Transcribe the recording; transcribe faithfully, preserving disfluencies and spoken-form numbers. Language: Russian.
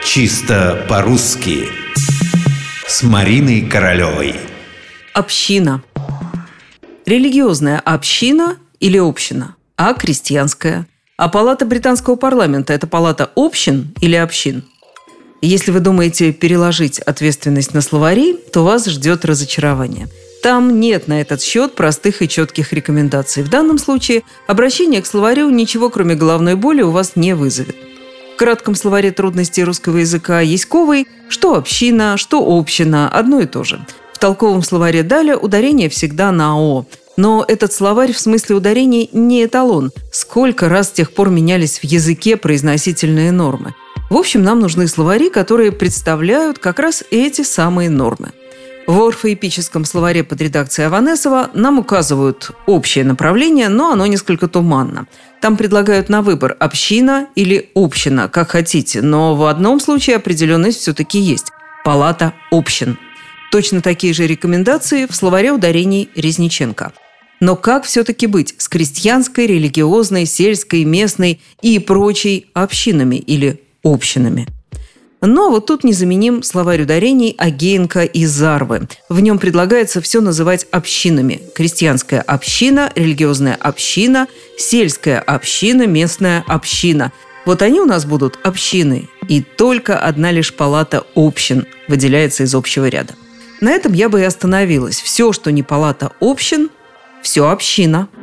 Чисто по-русски с Мариной Королевой. Община. Религиозная община или община, а крестьянская. А палата британского парламента – это палата общин или общин? Если вы думаете переложить ответственность на словари, то вас ждет разочарование. Там нет на этот счет простых и четких рекомендаций. В данном случае обращение к словарю ничего, кроме головной боли, у вас не вызовет. В кратком словаре трудностей русского языка Яськовой что община, что община – одно и то же. В толковом словаре Даля ударение всегда на «о». Но этот словарь в смысле ударений не эталон. Сколько раз с тех пор менялись в языке произносительные нормы. В общем, нам нужны словари, которые представляют как раз эти самые нормы. В орфоэпическом словаре под редакцией Аванесова нам указывают общее направление, но оно несколько туманно. Там предлагают на выбор община или община, как хотите, но в одном случае определенность все-таки есть – палата общин. Точно такие же рекомендации в словаре ударений Резниченко. Но как все-таки быть с крестьянской, религиозной, сельской, местной и прочей общинами или общинами? Но вот тут незаменим словарь ударений Агеенко и Зарвы. В нем предлагается все называть общинами. Крестьянская община, религиозная община, сельская община, местная община. Вот они у нас будут общины. И только одна лишь палата общин выделяется из общего ряда. На этом я бы и остановилась. Все, что не палата общин, все община.